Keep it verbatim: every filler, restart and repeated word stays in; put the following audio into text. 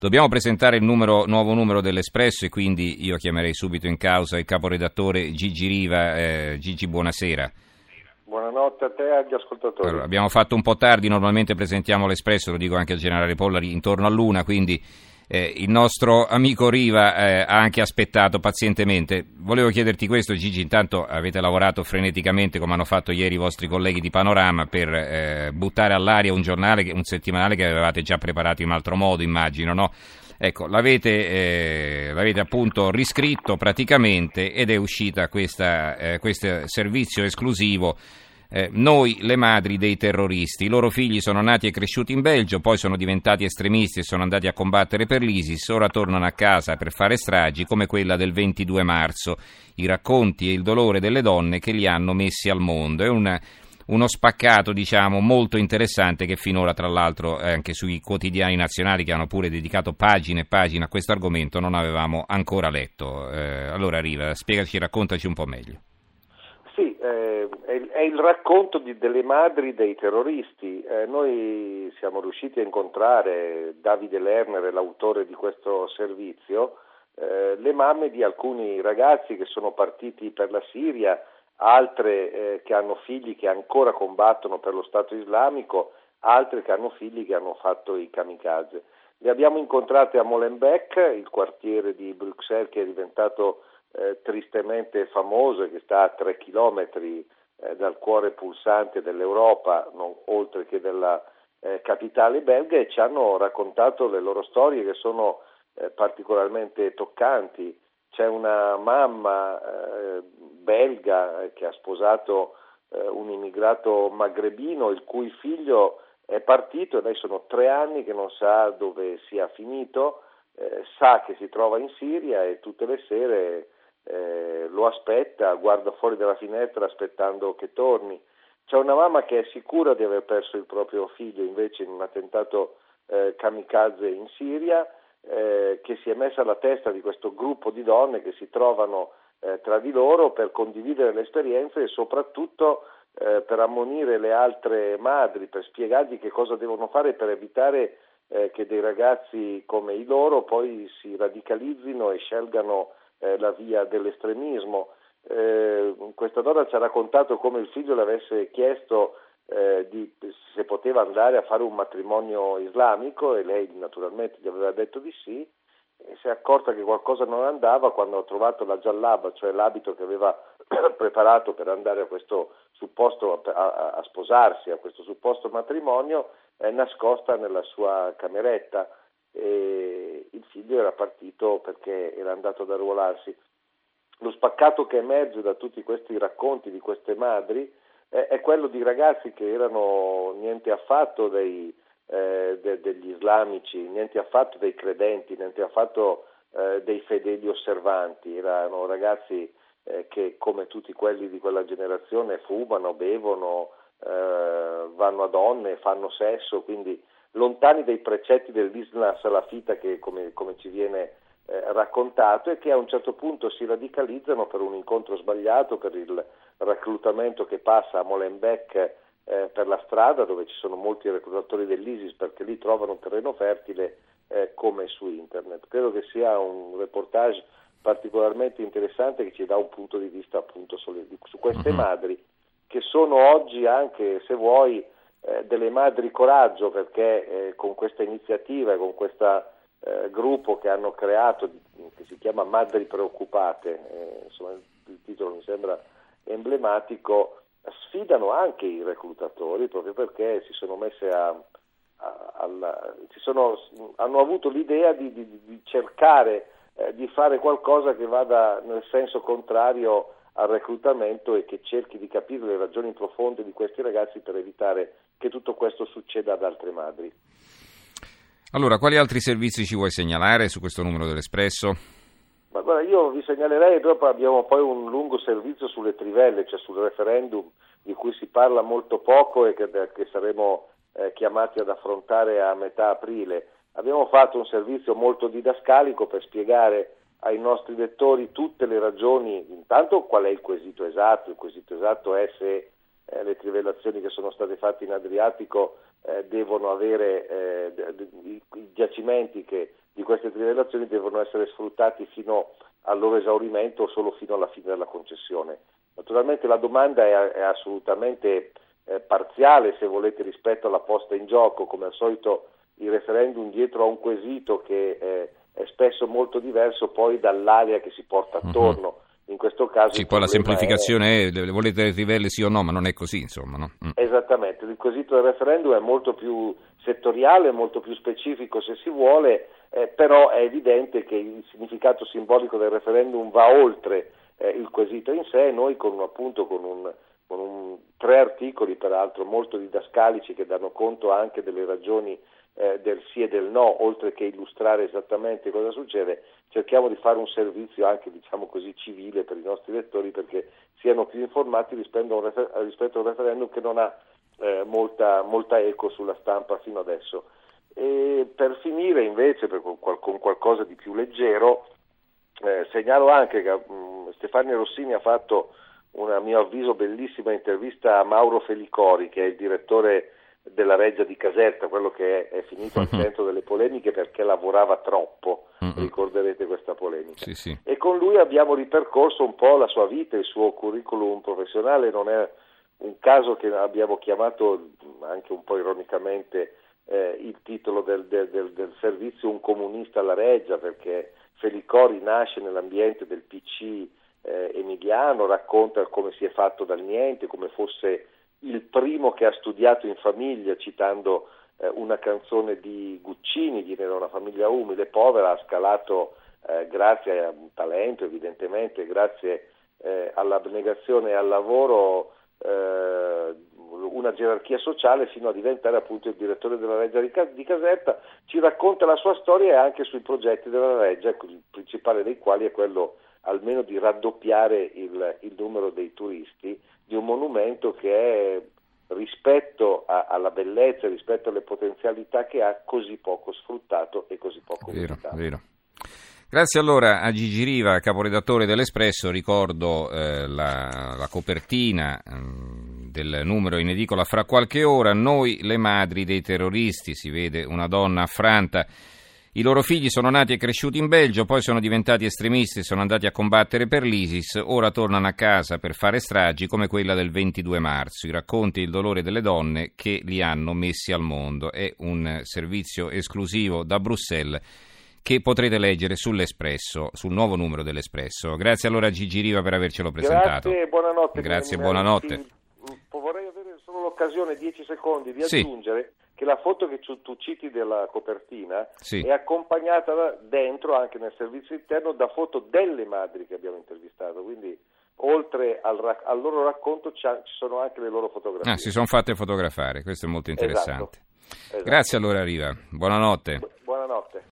Dobbiamo presentare il numero, nuovo numero dell'Espresso e quindi io chiamerei subito in causa il caporedattore Gigi Riva. Eh, Gigi, buonasera. Buonanotte a te e agli ascoltatori. Allora, abbiamo fatto un po' tardi, normalmente presentiamo l'Espresso, lo dico anche al generale Pollari, intorno all'una, quindi eh, il nostro amico Riva eh, ha anche aspettato pazientemente. Volevo chiederti questo, Gigi, intanto avete lavorato freneticamente, come hanno fatto ieri i vostri colleghi di Panorama, per eh, buttare all'aria un giornale, un settimanale che avevate già preparato in un altro modo, immagino, no? Ecco, l'avete, eh, l'avete appunto riscritto praticamente ed è uscita questa, eh, questo servizio esclusivo. Eh, noi, le madri dei terroristi, i loro figli sono nati e cresciuti in Belgio, poi sono diventati estremisti e sono andati a combattere per l'ISIS, ora tornano a casa per fare stragi come quella del ventidue marzo, i racconti e il dolore delle donne che li hanno messi al mondo. È una, uno spaccato, diciamo, molto interessante che finora, tra l'altro, eh, anche sui quotidiani nazionali che hanno pure dedicato pagine e pagine a questo argomento, non avevamo ancora letto. Eh, allora Riva, spiegaci, raccontaci un po' meglio. Sì, eh, è, è il racconto di, delle madri dei terroristi. Eh, noi siamo riusciti a incontrare Davide Lerner, l'autore di questo servizio, eh, le mamme di alcuni ragazzi che sono partiti per la Siria, altre eh, che hanno figli che ancora combattono per lo Stato islamico, altre che hanno figli che hanno fatto i kamikaze. Le abbiamo incontrate a Molenbeek, il quartiere di Bruxelles che è diventato Eh, tristemente famoso e che sta a tre chilometri eh, dal cuore pulsante dell'Europa, non oltre che della eh, capitale belga, e ci hanno raccontato le loro storie che sono eh, particolarmente toccanti. C'è una mamma eh, belga eh, che ha sposato eh, un immigrato magrebino il cui figlio è partito e lei sono tre anni che non sa dove sia finito, eh, sa che si trova in Siria e tutte le sere Eh, lo aspetta, guarda fuori dalla finestra aspettando che torni. C'è una mamma che è sicura di aver perso il proprio figlio invece in un attentato eh, kamikaze in Siria, eh, che si è messa alla testa di questo gruppo di donne che si trovano eh, tra di loro per condividere le esperienze e soprattutto eh, per ammonire le altre madri, per spiegargli che cosa devono fare per evitare eh, che dei ragazzi come i loro poi si radicalizzino e scelgano Eh, la via dell'estremismo. Eh, questa donna ci ha raccontato come il figlio le avesse chiesto eh, di, se poteva andare a fare un matrimonio islamico e lei naturalmente gli aveva detto di sì, e si è accorta che qualcosa non andava quando ha trovato la giallaba, cioè l'abito che aveva preparato per andare a questo supposto a, a, a sposarsi, a questo supposto matrimonio, è nascosta nella sua cameretta. E il figlio era partito perché era andato ad arruolarsi. Lo spaccato che emerge da tutti questi racconti di queste madri eh, è quello di ragazzi che erano niente affatto dei, eh, de, degli islamici, niente affatto dei credenti, niente affatto eh, dei fedeli osservanti. Erano ragazzi eh, che, come tutti quelli di quella generazione, fumano, bevono, eh, vanno a donne, fanno sesso, quindi lontani dai precetti dell'Islam salafita che come, come ci viene eh, raccontato, e che a un certo punto si radicalizzano per un incontro sbagliato, per il reclutamento che passa a Molenbeek eh, per la strada dove ci sono molti reclutatori dell'ISIS, perché lì trovano terreno fertile eh, come su internet. Credo che sia un reportage particolarmente interessante che ci dà un punto di vista appunto su, su queste madri che sono oggi anche, se vuoi, Eh, delle madri coraggio, perché eh, con questa iniziativa e con questo eh, gruppo che hanno creato, che si chiama Madri Preoccupate, eh, insomma il titolo mi sembra emblematico, sfidano anche i reclutatori proprio perché si sono messe a, a, alla, si sono, hanno avuto l'idea di, di, di cercare eh, di fare qualcosa che vada nel senso contrario al reclutamento e che cerchi di capire le ragioni profonde di questi ragazzi per evitare che tutto questo succeda ad altre madri. Allora, quali altri servizi ci vuoi segnalare su questo numero dell'Espresso? Ma guarda, io vi segnalerei, dopo abbiamo poi un lungo servizio sulle trivelle, cioè sul referendum di cui si parla molto poco e che, che saremo eh, chiamati ad affrontare a metà aprile. Abbiamo fatto un servizio molto didascalico per spiegare ai nostri lettori tutte le ragioni, intanto qual è il quesito esatto, il quesito esatto è se eh, le trivellazioni che sono state fatte in Adriatico eh, devono avere eh, i, i giacimenti che di queste trivellazioni devono essere sfruttati fino al loro esaurimento o solo fino alla fine della concessione. Naturalmente la domanda è, è assolutamente eh, parziale, se volete, rispetto alla posta in gioco. Come al solito il referendum dietro a un quesito che eh, è spesso molto diverso poi dall'area che si porta attorno. Uh-huh. In questo caso sì, poi la semplificazione è, è volete le trivelle sì o no, ma non è così, insomma, no? Mm. Esattamente, il quesito del referendum è molto più settoriale, molto più specifico se si vuole, eh, però è evidente che il significato simbolico del referendum va oltre eh, il quesito in sé. Noi con appunto con un con un, tre articoli peraltro molto didascalici che danno conto anche delle ragioni eh, del sì e del no, oltre che illustrare esattamente cosa succede, cerchiamo di fare un servizio anche, diciamo così, civile per i nostri lettori, perché siano più informati rispetto a un, refer- rispetto a un referendum che non ha eh, molta, molta eco sulla stampa fino adesso. E per finire invece per, con, con qualcosa di più leggero, eh, segnalo anche che mh, Stefania Rossini ha fatto una, a mio avviso, bellissima intervista a Mauro Felicori, che è il direttore della Reggia di Caserta, quello che è, è finito al centro delle polemiche perché lavorava troppo, uh-huh. ricorderete questa polemica. Sì, sì. E con lui abbiamo ripercorso un po' la sua vita, il suo curriculum professionale. Non è un caso che abbiamo chiamato anche un po' ironicamente eh, il titolo del, del, del, del servizio Un comunista alla Reggia, perché Felicori nasce nell'ambiente del P C eh, emiliano, racconta come si è fatto dal niente, come fosse il primo che ha studiato in famiglia, citando eh, una canzone di Guccini, viene da una famiglia umile, povera, ha scalato eh, grazie a un talento evidentemente, grazie eh, all'abnegazione e al lavoro, eh, una gerarchia sociale fino a diventare appunto il direttore della Reggia di, Cas- di Caserta. Ci racconta la sua storia e anche sui progetti della Reggia, il principale dei quali è quello almeno di raddoppiare il, il numero dei turisti di un monumento che è, rispetto a, alla bellezza, rispetto alle potenzialità che ha, così poco sfruttato e così poco vero, visitato. Vero. Grazie allora a Gigi Riva, caporedattore dell'Espresso. Ricordo eh, la, la copertina eh, del numero in edicola fra qualche ora. Noi le madri dei terroristi, si vede una donna affranta. I loro figli sono nati e cresciuti in Belgio, poi sono diventati estremisti, sono andati a combattere per l'ISIS, ora tornano a casa per fare stragi come quella del ventidue marzo. I racconti e il dolore delle donne che li hanno messi al mondo. È un servizio esclusivo da Bruxelles che potrete leggere sull'Espresso, sul nuovo numero dell'Espresso. Grazie allora a Gigi Riva per avercelo presentato. Grazie e buonanotte. Grazie e buonanotte. Vorrei avere solo l'occasione, dieci secondi, di sì. aggiungere che la foto che tu citi della copertina sì. è accompagnata dentro, anche nel servizio interno, da foto delle madri che abbiamo intervistato, quindi oltre al, al loro racconto ci sono anche le loro fotografie. Ah, si sono fatte fotografare, questo è molto interessante. Esatto. Esatto. Grazie allora Riva, buonanotte. Buonanotte.